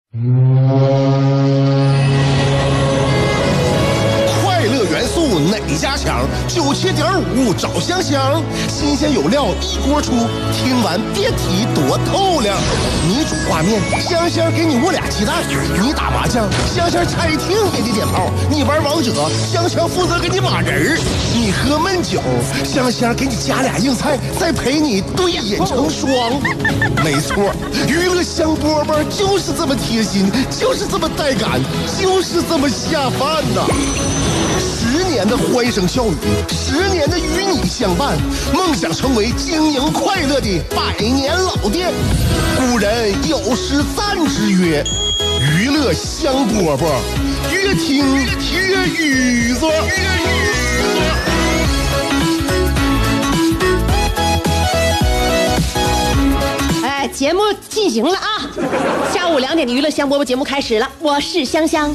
快乐元素哪家强？97.5找香香，新鲜有料一锅出，听完别提多透亮。你煮挂面，香香给你握俩鸡蛋；你打麻将，香香拆听给你点炮；你玩王者，香香负责给你码人；你喝闷酒，香香给你加俩硬菜，再陪你对饮成双。没错，娱乐香饽饽就是这么贴心，就是这么带感，就是这么下饭呐！10年的欢声笑语，10年的与你相伴，梦想成为经营快乐的100年老店。古人有诗赞之曰：“娱乐香饽饽，越听越雨子。” 哎，节目进行了啊！下午2点的娱乐香饽饽节目开始了，我是香香。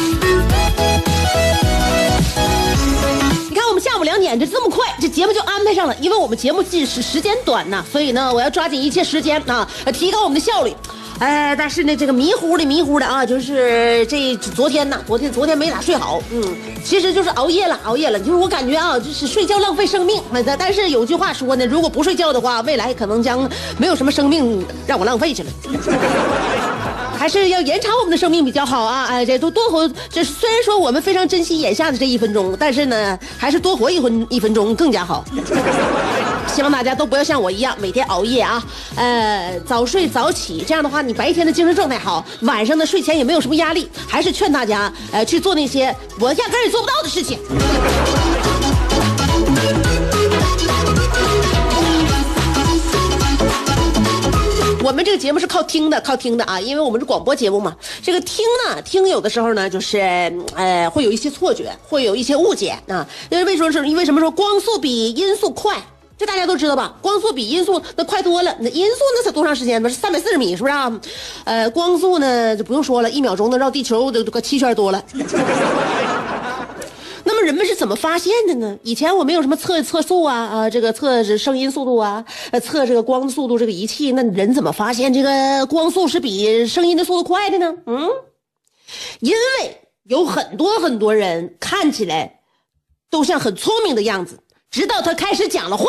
我们下午2点这么快，这节目就安排上了，因为我们节目时间短呐，所以呢，我要抓紧一切时间啊，提高我们的效率。但是呢，这个迷糊的啊，就是昨天没咋睡好，其实就是熬夜了，就是我感觉啊，就是睡觉浪费生命。但是有句话说呢，如果不睡觉的话，未来可能将没有什么生命让我浪费去了。还是要延长我们的生命比较好啊！这多活，这虽然说我们非常珍惜眼下的这1分钟，但是呢，还是多活1分钟更加好。希望大家都不要像我一样每天熬夜啊，早睡早起，这样的话你白天的精神状态好，晚上的睡前也没有什么压力。还是劝大家去做那些我压根儿也做不到的事情。我们这个节目是靠听的啊，因为我们是广播节目嘛。这个听有的时候呢，就是会有一些错觉，会有一些误解啊。因为为什么说光速比音速快？这大家都知道吧？光速比音速那快多了，那音速那才多长时间吧？是340米，是不是啊？光速呢就不用说了，1秒钟能绕地球都个7圈多了。那么人们是怎么发现的呢？以前我没有什么测速啊，这个测声音速度啊，测这个光速度这个仪器，那人怎么发现这个光速是比声音的速度快的呢？因为有很多人看起来都像很聪明的样子，直到他开始讲了话，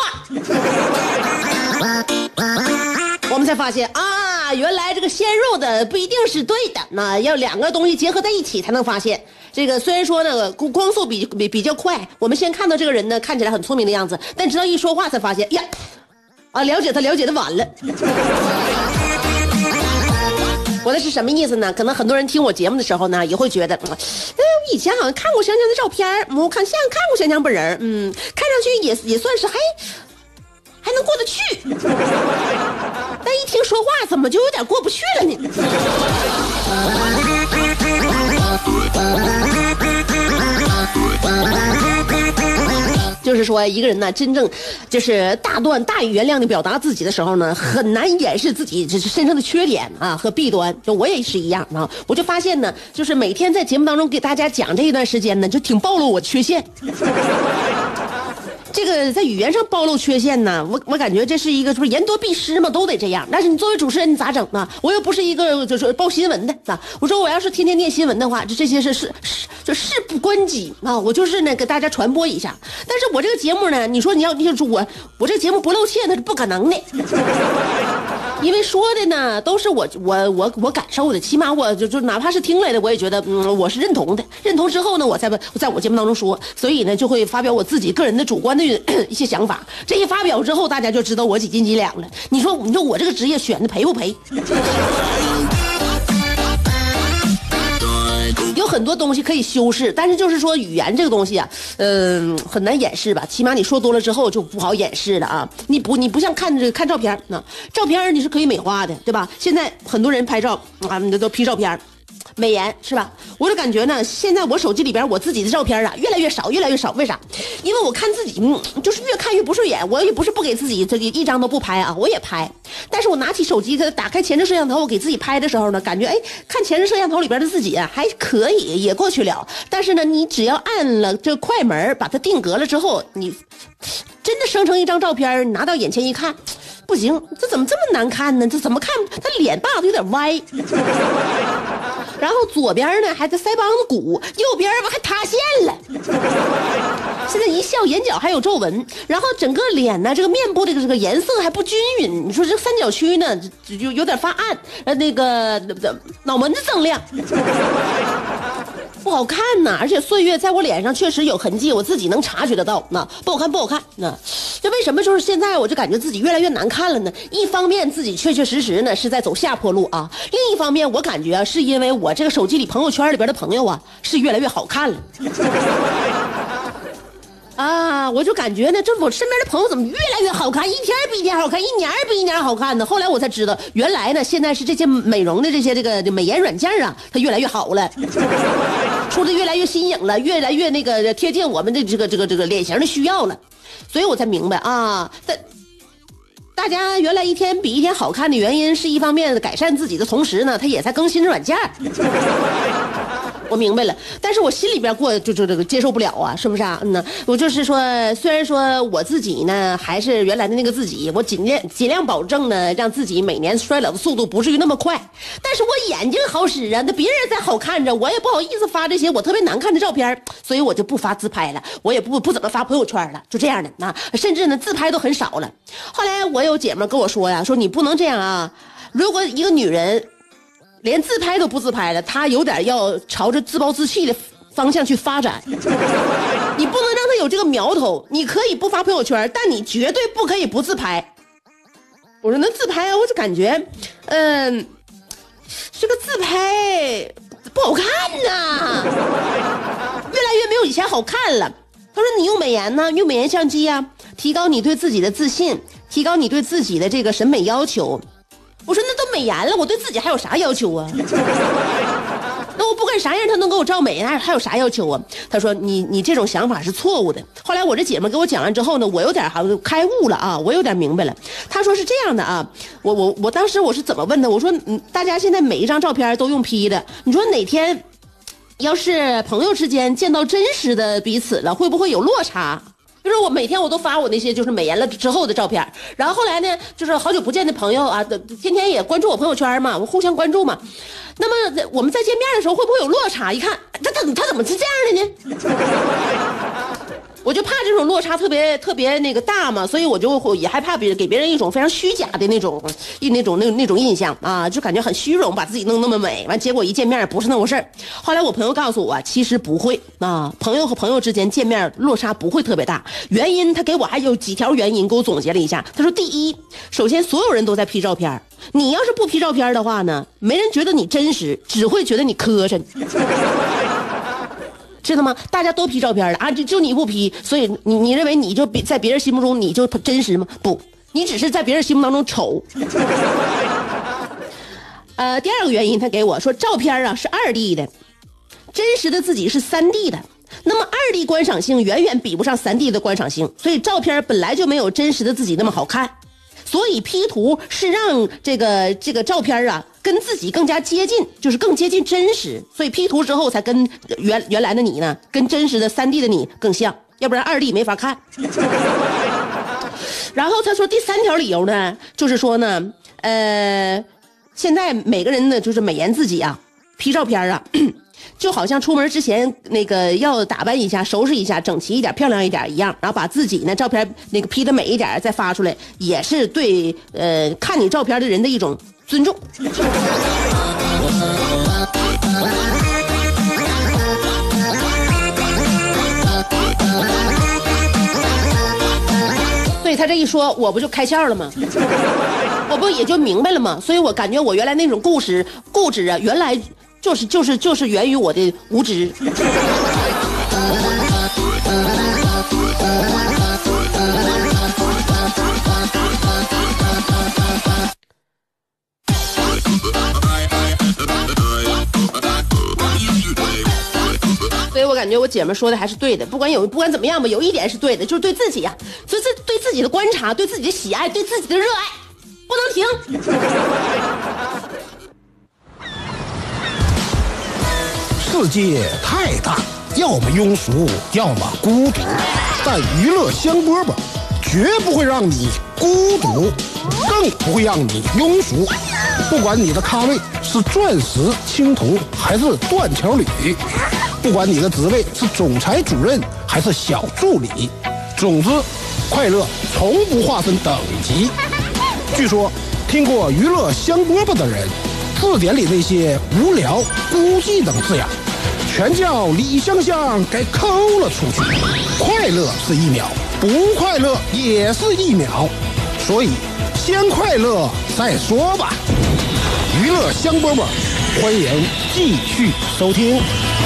我们才发现啊，原来这个先入的不一定是对的，那要2个东西结合在一起才能发现。这个虽然说呢光速比较快，我们先看到这个人呢看起来很聪明的样子，但直到一说话才发现呀，了解的晚了。我的是什么意思呢？可能很多人听我节目的时候呢也会觉得，我以前好像看过香香的照片，我看过香香本人，看上去也算是还能过得去。但一听说话怎么就有点过不去了呢？就是说一个人呢真正就是大语言量的表达自己的时候呢，很难掩饰自己身上的缺点啊和弊端。就我也是一样啊，我就发现呢，就是每天在节目当中给大家讲这一段时间呢，就挺暴露我缺陷。这个在语言上暴露缺陷呢，我感觉这是一个就是言多必失嘛，都得这样。但是你作为主持人你咋整呢？我又不是一个就是报新闻的啊。我说我要是天天念新闻的话，这些事不关己啊。我就是呢给大家传播一下。但是我这个节目呢，你说我这个节目不露怯那是不可能的。因为说的呢都是我感受的，起码我就哪怕是听来的，我也觉得我是认同的。认同之后呢，我在我节目当中说，所以呢就会发表我自己个人的主观的一些想法。这一发表之后，大家就知道我几斤几两了。你说我这个职业选的赔不赔？有很多东西可以修饰，但是就是说语言这个东西啊，很难掩饰吧。起码你说多了之后就不好掩饰了啊。你不像看照片啊，照片你是可以美化的，对吧？现在很多人拍照啊，你都 P 照片。美颜是吧？我就感觉呢，现在我手机里边我自己的照片啊越来越少。为啥？因为我看自己就是越看越不顺眼。我也不是不给自己这个一张都不拍啊，我也拍。但是我拿起手机打开前置摄像头，我给自己拍的时候呢，感觉看前置摄像头里边的自己啊还可以，也过去了。但是呢，你只要按了这快门把它定格了之后，你真的生成一张照片，你拿到眼前一看，不行，这怎么这么难看呢？这怎么看他脸大的有点歪。 然后左边呢还在腮帮子鼓，右边吧还塌陷了。现在一笑眼角还有皱纹，然后整个脸呢这个面部这个颜色还不均匀，你说这三角区呢就有点发暗，那个脑门子锃亮。不好看呐，而且岁月在我脸上确实有痕迹，我自己能察觉得到。那不好看，不好看。那这为什么就是现在我就感觉自己越来越难看了呢？一方面自己确确实实呢是在走下坡路啊，另一方面我感觉是因为我这个手机里朋友圈里边的朋友啊是越来越好看了。啊，我就感觉呢，这我身边的朋友怎么越来越好看，一天比一天好看，一年比一年好看呢？后来我才知道，原来呢，现在是这些美容的这些这个美颜软件啊，它越来越好了，出的越来越新颖了，越来越那个贴近我们的这个脸型的需要了，所以我才明白啊，大家原来一天比一天好看的原因，是一方面改善自己的同时呢，它也在更新软件。我明白了，但是我心里边过就这个接受不了啊，是不是啊？我就是说，虽然说我自己呢还是原来的那个自己，我尽量保证呢，让自己每年衰老的速度不至于那么快。但是我眼睛好使啊，那别人在好看着，我也不好意思发这些我特别难看的照片，所以我就不发自拍了，我也不怎么发朋友圈了，就这样的啊，甚至呢自拍都很少了。后来我有姐妹跟我说呀，说你不能这样啊，如果一个女人连自拍都不自拍了，他有点要朝着自暴自弃的方向去发展。你不能让他有这个苗头，你可以不发朋友圈，但你绝对不可以不自拍。我说那自拍啊，我就感觉这个自拍不好看呐，越来越没有以前好看了。他说你用美颜呢，用美颜相机啊，提高你对自己的自信，提高你对自己的这个审美要求。我说那都美颜了，我对自己还有啥要求啊？那我不管啥样他能给我照美，还有啥要求啊？他说你这种想法是错误的。后来我这姐妹给我讲完之后呢，我有点好像开悟了啊，我有点明白了。他说是这样的啊，我当时我是怎么问的？我说大家现在每一张照片都用 P 的，你说哪天要是朋友之间见到真实的彼此了，会不会有落差？就是我每天我都发我那些就是美颜了之后的照片，然后后来呢，就是好久不见的朋友啊，天天也关注我朋友圈嘛，我互相关注嘛。那么我们在见面的时候会不会有落差？一看他怎么是这样的呢？我就怕这种落差特别那个大嘛，所以我就也害怕给别人一种非常虚假的那种印象啊，就感觉很虚荣，把自己弄那么美，完结果一见面不是那回事儿。后来我朋友告诉我，其实不会啊，朋友和朋友之间见面落差不会特别大。原因他给我还有几条原因给我总结了一下。他说第一，首先所有人都在 P 照片，你要是不 P 照片的话呢，没人觉得你真实，只会觉得你磕碜。知道吗？大家都 P 照片了啊，就你不 P， 所以你认为你就在别人心目中你就真实吗？不，你只是在别人心目当中丑。第二个原因，他给我说照片啊是2D 的，真实的自己是3D 的。那么2D 观赏性远远比不上3D 的观赏性，所以照片本来就没有真实的自己那么好看。所以 P 图是让这个照片啊跟自己更加接近，就是更接近真实，所以 P 图之后才跟原来的你呢，跟真实的3D 的你更像，要不然2D 没法看。然后他说第3条理由呢，就是说呢，现在每个人呢就是美颜自己啊 ，P 照片啊。就好像出门之前那个要打扮一下、收拾一下、整齐一点、漂亮一点一样，然后把自己呢照片那个 P 的美一点再发出来，也是对看你照片的人的一种尊重。所以他这一说，我不就开窍了吗？我不也就明白了吗？所以我感觉我原来那种固执啊，原来。就是源于我的无知。所以我感觉我姐们说的还是对的，不管怎么样吧，有一点是对的，就是对自己呀，就是对自己的观察，对自己的喜爱，对自己的热爱，不能停。 世界太大，要么庸俗，要么孤独，但娱乐香饽饽绝不会让你孤独，更不会让你庸俗。 不管你的咖位是钻石、青铜还是断桥铝，不管你的职位是总裁、主任还是小助理，总之，快乐从不划分等级。据说，听过娱乐香饽饽的人，字典里那些无聊、孤寂等字眼，全叫李香香给抠了出去。快乐是1秒，不快乐也是1秒，所以先快乐再说吧。娱乐香饽饽，欢迎继续收听。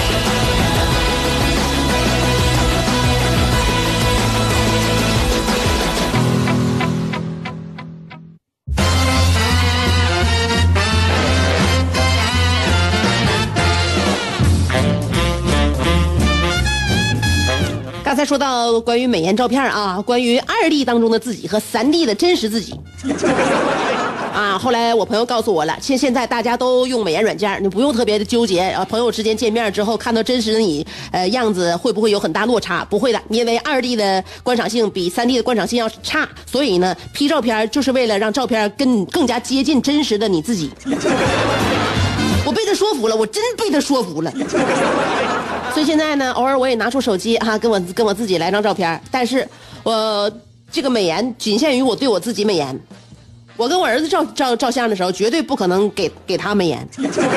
刚才说到关于美颜照片啊，关于2D 当中的自己和3D 的真实自己啊，后来我朋友告诉我了，现在大家都用美颜软件，你不用特别的纠结啊。朋友之间见面之后看到真实的你，样子会不会有很大落差？不会的，因为2D 的观赏性比3D 的观赏性要差，所以呢，P 照片就是为了让照片更加接近真实的你自己。我被他说服了，我真被他说服了。所以现在呢，偶尔我也拿出手机哈，跟我自己来张照片，但是我这个美颜仅限于我对我自己美颜。我跟我儿子照相的时候，绝对不可能给他美颜。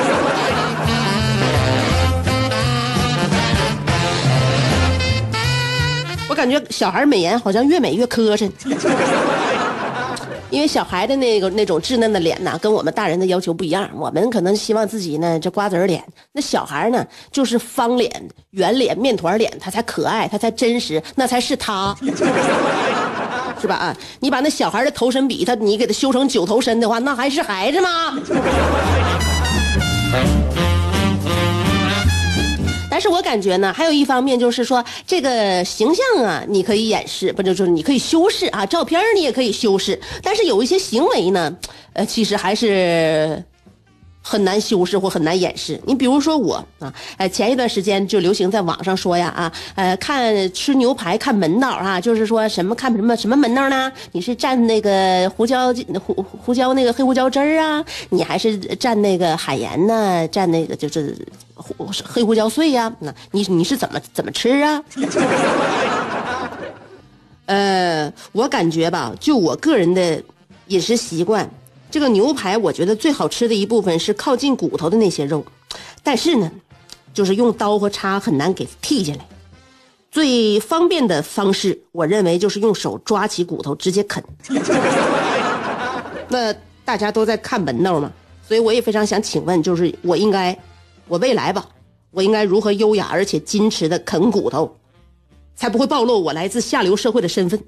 我感觉小孩美颜好像越美越磕碜。因为小孩的那种稚嫩的脸呢，跟我们大人的要求不一样。我们可能希望自己呢这瓜子脸，那小孩呢就是方脸、圆脸、面团脸，他才可爱，他才真实，那才是他，是吧？啊，你把那小孩的头身比你给他修成9头身的话，那还是孩子吗？但是我感觉呢，还有一方面就是说，这个形象啊，你可以掩饰，不就是你可以修饰啊，照片你也可以修饰，但是有一些行为呢，其实还是很难修饰或很难掩饰。你比如说我啊，前一段时间就流行在网上说呀看吃牛排看门道啊，就是说看什么门道呢？你是蘸那个胡椒那个黑胡椒汁儿啊，你还是蘸那个海盐呢？蘸那个就是黑胡椒碎呀？那你是怎么吃啊？我感觉吧，就我个人的饮食习惯。这个牛排我觉得最好吃的一部分是靠近骨头的那些肉，但是呢，就是用刀和叉很难给剔下来。最方便的方式，我认为就是用手抓起骨头直接啃。那大家都在看门道嘛，所以我也非常想请问，就是我未来吧，我应该如何优雅而且矜持的啃骨头，才不会暴露我来自下流社会的身份？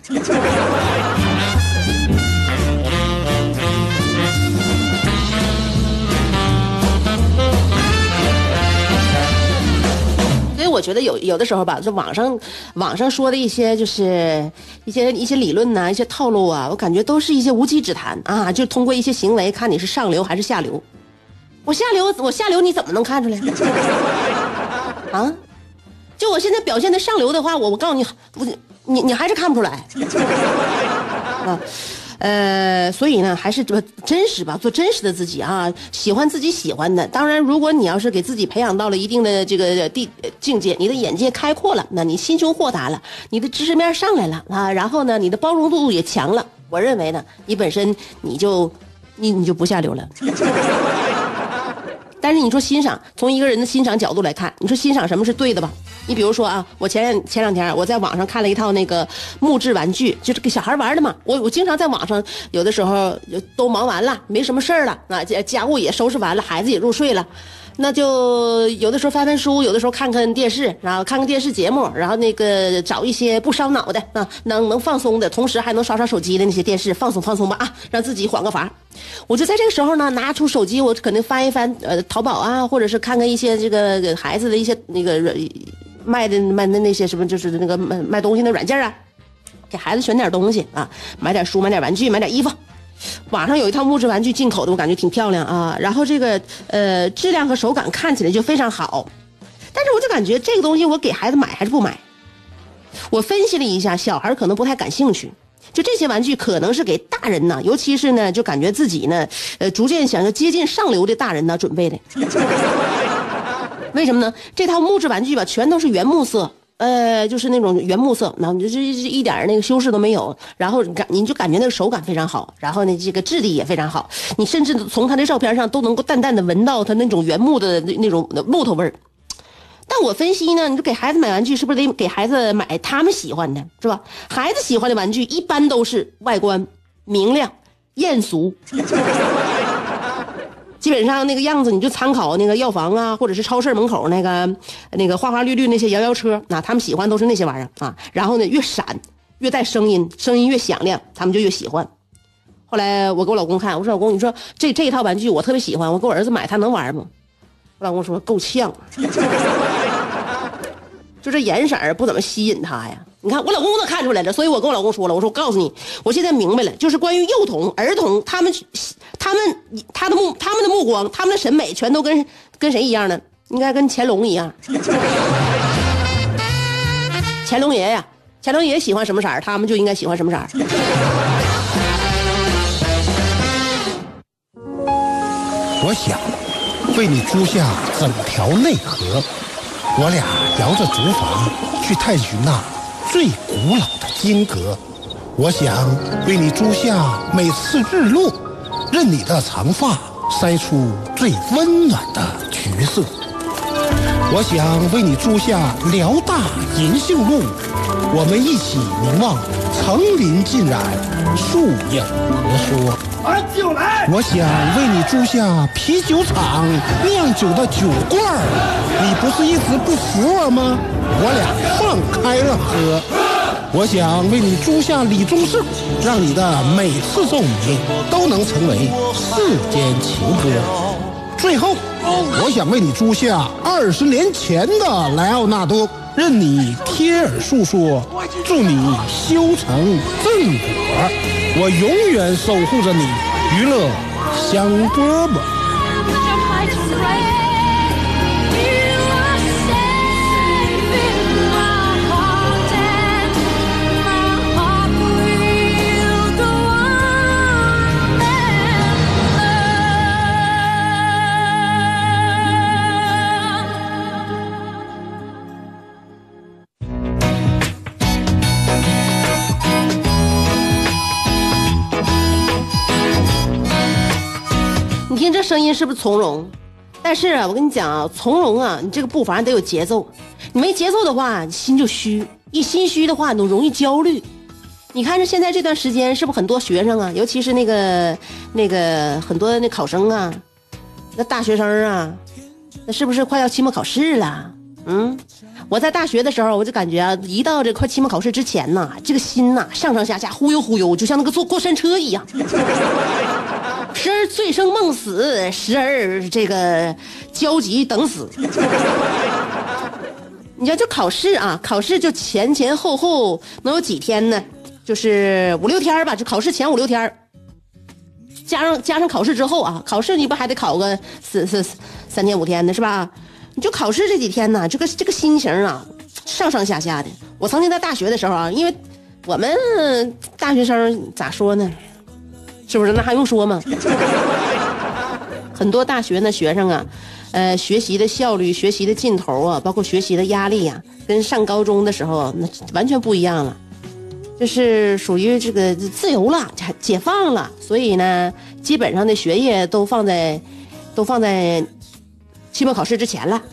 我觉得有的时候吧，这网上说的一些就是一些理论呐，一些套路啊，我感觉都是一些无稽之谈啊，就通过一些行为看你是上流还是下流。我下流你怎么能看出来啊？就我现在表现的上流的话，我告诉你，你还是看不出来啊。所以呢，还是真实吧，做真实的自己啊，喜欢自己喜欢的。当然，如果你要是给自己培养到了一定的这个境界，你的眼界开阔了，那你心胸豁达了，你的知识面上来了啊，然后呢，你的包容度也强了。我认为呢，你本身你就不下流了。但是你说欣赏，从一个人的欣赏角度来看，你说欣赏什么是对的吧？你比如说啊，我前两天我在网上看了一套那个木质玩具，就是给小孩玩的嘛。我经常在网上，有的时候都忙完了，没什么事儿了，啊，家务也收拾完了，孩子也入睡了，那就有的时候翻书，有的时候看看电视，然后看看电视节目，然后那个找一些不烧脑的啊，能放松的，同时还能刷手机的那些电视，放松吧啊，让自己缓个乏。我就在这个时候呢，拿出手机，我可能翻一翻淘宝啊，或者是看看一些这个孩子的一些那个卖的那些什么，就是那个卖东西的软件啊，给孩子选点东西啊，买点书，买点玩具，买点衣服。网上有一套木质玩具进口的，我感觉挺漂亮啊，然后这个质量和手感看起来就非常好，但是我就感觉这个东西我给孩子买还是不买。我分析了一下，小孩可能不太感兴趣， 就这些玩具可能是给大人呢，尤其是呢就感觉自己呢逐渐想要接近上流的大人呢准备的。为什么呢？这套木质玩具吧全都是原木色，就是那种原木色，然后就是一点那个修饰都没有，然后你就感觉那个手感非常好，然后呢这个质地也非常好，你甚至从它的照片上都能够淡淡的闻到它那种原木的那种木头味儿。但我分析呢，你说给孩子买玩具是不是得给孩子买他们喜欢的，是吧？孩子喜欢的玩具一般都是外观明亮、艳俗，基本上那个样子你就参考那个药房啊，或者是超市门口那个花花绿绿那些摇摇车啊，他们喜欢都是那些玩意儿啊。然后呢，越闪越带声音，声音越响亮，他们就越喜欢。后来我给我老公看，我说老公，你说这一套玩具我特别喜欢，我给我儿子买，他能玩吗？我老公说够呛。就这颜色不怎么吸引他呀。你看我老公都看出来了，所以我跟我老公说了，我说我告诉你，我现在明白了，就是关于幼童儿童他们的目光，他们的审美全都跟谁一样呢？应该跟乾隆一样。乾隆爷呀，乾隆爷喜欢什么色儿，他们就应该喜欢什么色儿。 我想为你租下整条内河，我俩摇着竹筏去探寻那最古老的金阁。我想为你租下每次日落，任你的长发筛出最温暖的橘色。我想为你租下辽大银杏路，我们一起凝望层林尽染，树影婆娑。 酒来！ 我想为你租下啤酒厂酿酒的酒罐儿，你不是一直不服我吗？我俩放开了喝。我想为你租下李宗盛，让你的每次奏鸣都能成为世间情歌。最后，我想为你租下20年前的莱奥纳多，任你贴耳诉说，祝你修成正果。我永远守护着你，娱乐香饽饽。 你听这声音是不是从容？但是啊，我跟你讲啊，从容啊，你这个步伐得有节奏，你没节奏的话，你心就虚，一心虚的话，你容易焦虑。你看这现在这段时间，是不是很多学生啊，尤其是那个很多那考生啊，那大学生啊，那是不是快要期末考试了？我在大学的时候，我就感觉啊，一到这快期末考试之前呐，这个心呐上上下下忽悠忽悠，就像那个坐过山车一样。时而醉生梦死，时而这个焦急等死。你看这考试啊，考试就前后能有几天呢？就是5-6天吧，就考试前5-6天，加上考试之后啊，考试你不还得考个3天5天的是吧？你就考试这几天呢，这个心情啊，上上下下的。我曾经在大学的时候啊，因为我们大学生咋说呢？是不是？那还用说吗？很多大学的学生啊，学习的效率、学习的劲头啊，包括学习的压力啊，跟上高中的时候那完全不一样了，就是属于这个自由了、解放了，所以呢，基本上的学业都放在期末考试之前了。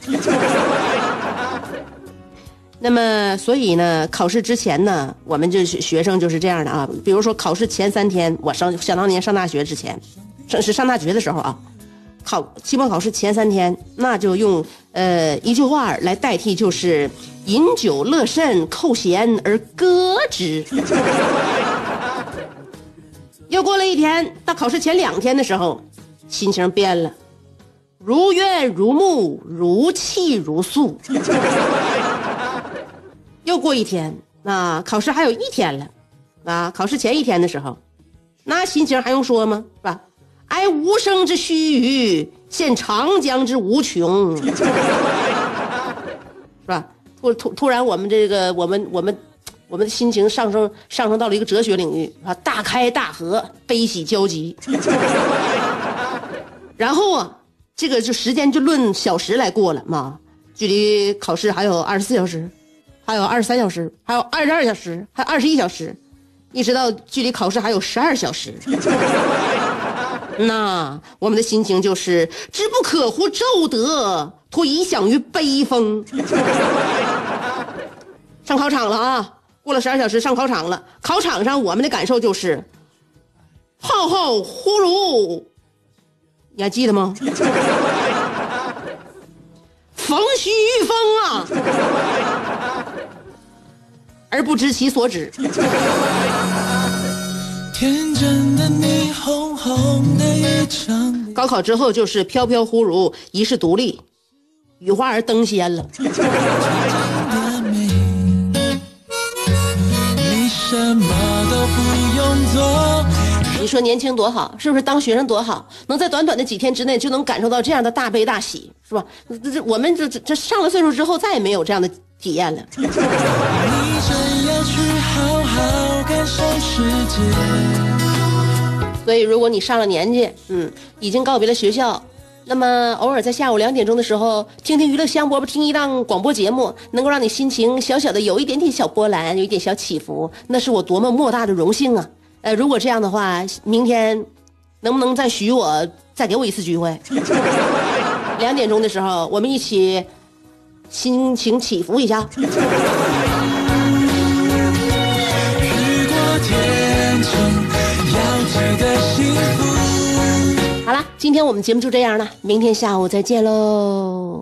那么，所以呢，考试之前呢，我们这学生就是这样的啊。比如说，考试前3天，我想当年上大学之前，上大学的时候啊，期末考试前3天，那就用一句话来代替，就是饮酒乐甚，扣闲而歌之。又过了1天，到考试前2天的时候，心情变了，如怨如慕，如泣如诉。又过1天，那考试还有1天了，啊，考试前1天的时候，那心情还用说吗？是吧？哀无声之须臾，现长江之无穷，是吧？突然我们这个我们我们的心情上升到了一个哲学领域啊，大开大合，悲喜交集。然后啊，这个就时间就论小时来过了嘛，距离考试还有24小时，还有23小时，还有22小时，还有21小时，一直到距离考试还有12小时。那我们的心情就是知不可乎骤得，托遗响于悲风。上考场了啊，过了12小时上考场了，考场上我们的感受就是浩浩忽如，你还记得吗？逢虚御风啊，而不知其所指。 天真的你，红红的一场。 高考之后就是飘飘忽如，一世独立，羽花儿登仙了。 你什么都不用做。 你说年轻多好，是不是？当学生多好，能在短短的几天之内就能感受到这样的大悲大喜，是吧？我们这上了岁数之后再也没有这样的体验了。 你真要去好好感受世界。 所以如果你上了年纪，已经告别了学校，那么偶尔在下午2点钟的时候听听娱乐香饽饽，听一档广播节目，能够让你心情小小的有一点点小波澜，有一点小起伏，那是我多么莫大的荣幸啊！如果这样的话，明天能不能再给我一次机会？2点钟的时候我们一起心情起伏一下。好了，今天我们节目就这样了，明天下午再见喽。